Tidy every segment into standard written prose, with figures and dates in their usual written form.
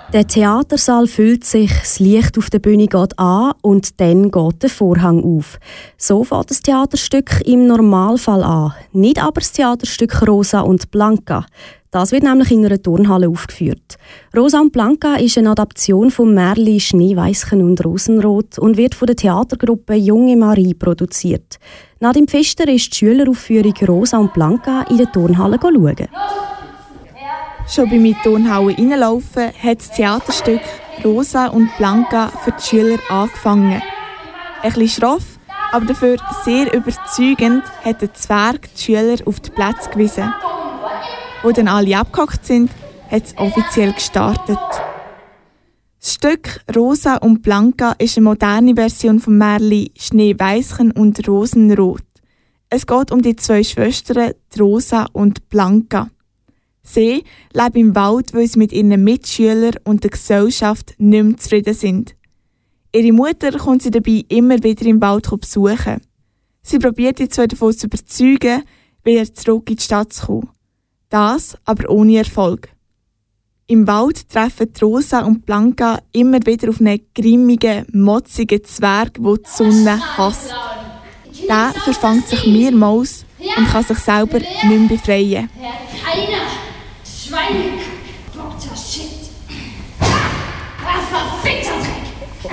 Der Theatersaal füllt sich, das Licht auf der Bühne geht an und dann geht der Vorhang auf. So fängt das Theaterstück im Normalfall an. Nicht aber das Theaterstück Rosa und Blanca. Das wird nämlich in einer Turnhalle aufgeführt. Rosa und Blanca ist eine Adaption vom Märchen Schneeweißchen und Rosenrot und wird von der Theatergruppe Junge Marie produziert. Nach dem Pfister ist die Schüleraufführung Rosa und Blanca in der Turnhalle schauen. Schon beim in die Turnhalle reinlaufen hat das Theaterstück Rosa und Blanca für die Schüler angefangen. Ein bisschen schroff, aber dafür sehr überzeugend hat der Zwerg die Schüler auf den Platz gewiesen. Als dann alle abgehockt sind, hat es offiziell gestartet. Das Stück Rosa und Blanca ist eine moderne Version vom Märchen Schneeweißchen und Rosenrot. Es geht um die zwei Schwestern, die Rosa und Blanca. Sie leben im Wald, weil sie mit ihren Mitschülern und der Gesellschaft nicht mehr zufrieden sind. Ihre Mutter kommt sie dabei immer wieder im Wald besuchen. Sie probiert die zwei davon zu überzeugen, wieder zurück in die Stadt zu kommen. Das aber ohne Erfolg. Im Wald treffen Rosa und Blanca immer wieder auf einen grimmigen, motzigen Zwerg, der die Sonne hasst. Der verfängt sich mehrmals und kann sich selber nicht mehr befreien. Schweine, Dr. Shit. Verfickter Dreck.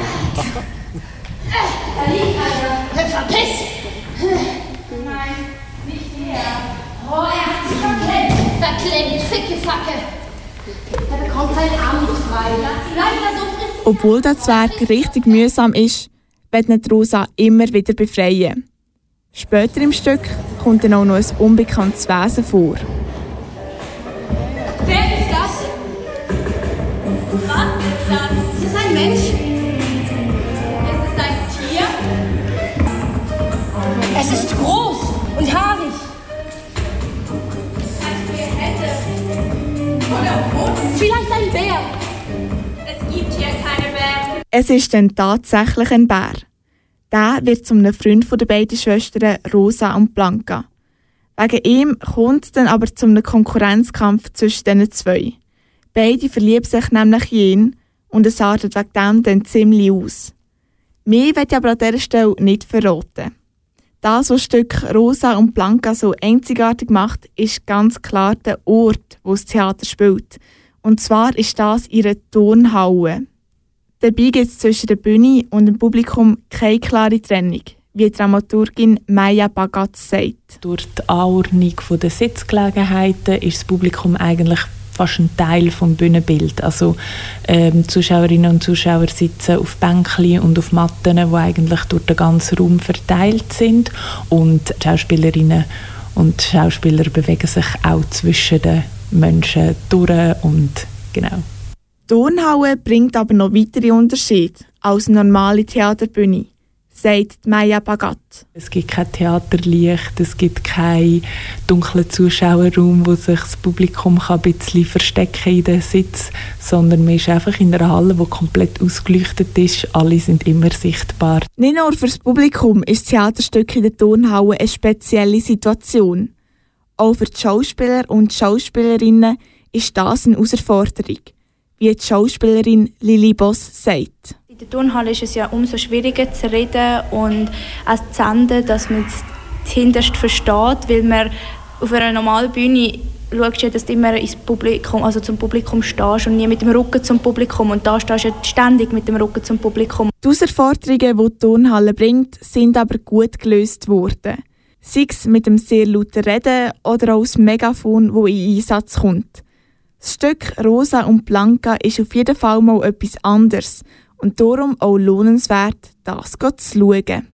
Da liegt einer. Verpiss. Nein, nicht der. Oh, er hat sich verklemmt, ficke Facke. Er bekommt seinen Arm nicht frei. Leider so friss. Obwohl der Zwerg richtig mühsam ist, wird ihn Rosa immer wieder befreien. Später im Stück kommt dann auch noch ein unbekanntes Wesen vor. Wer ist das? Was ist das? Ist es ein Mensch? Ist es ein Tier? Es ist groß und haarig. Ein Skelette. Oder Pfoten. Vielleicht ein Bär. Es gibt hier keine Bären. Es ist dann tatsächlich ein Bär. Der wird zu einem Freund der beiden Schwestern Rosa und Blanca. Wegen ihm kommt es dann aber zu einem Konkurrenzkampf zwischen diesen zwei. Beide verlieben sich nämlich in ihn und es artet wegen dem dann ziemlich aus. Mehr will ich aber an dieser Stelle nicht verraten. Das, was das Stück Rosa und Blanca so einzigartig macht, ist ganz klar der Ort, wo das Theater spielt. Und zwar ist das ihre Turnhalle. Dabei gibt es zwischen der Bühne und dem Publikum keine klare Trennung, wie die Dramaturgin Maya Bagat sagt. Durch die Anordnung der Sitzgelegenheiten ist das Publikum eigentlich fast ein Teil des Bühnenbilds. Also Zuschauerinnen und Zuschauer sitzen auf Bänkchen und auf Matten, die eigentlich durch den ganzen Raum verteilt sind. Und die Schauspielerinnen und Schauspieler bewegen sich auch zwischen den Menschen durch. Und genau. Die Turnhalle bringt aber noch weitere Unterschiede als eine normale Theaterbühne, sagt Maya Bagat. Es gibt kein Theaterlicht, es gibt keinen dunklen Zuschauerraum, wo sich das Publikum ein bisschen verstecken in den Sitz, sondern man ist einfach in einer Halle, die komplett ausgeleuchtet ist. Alle sind immer sichtbar. Nicht nur für das Publikum ist das Theaterstück in der Turnhalle eine spezielle Situation. Auch für die Schauspieler und Schauspielerinnen ist das eine Herausforderung, wie die Schauspielerin Lili Boss sagt. In der Turnhalle ist es ja umso schwieriger zu reden und auch zu senden, dass man es hinterst versteht, weil man auf einer normalen Bühne schaust ja, dass du immer ins Publikum, also zum Publikum stehst und nie mit dem Rücken zum Publikum. Und da stehst du ja ständig mit dem Rücken zum Publikum. Die Herausforderungen, die die Turnhalle bringt, sind aber gut gelöst worden. Sei es mit dem sehr lauten Reden oder auch das Megafon, das in Einsatz kommt. Das Stück Rosa und Blanca ist auf jeden Fall mal etwas anderes und darum auch lohnenswert, das zu schauen.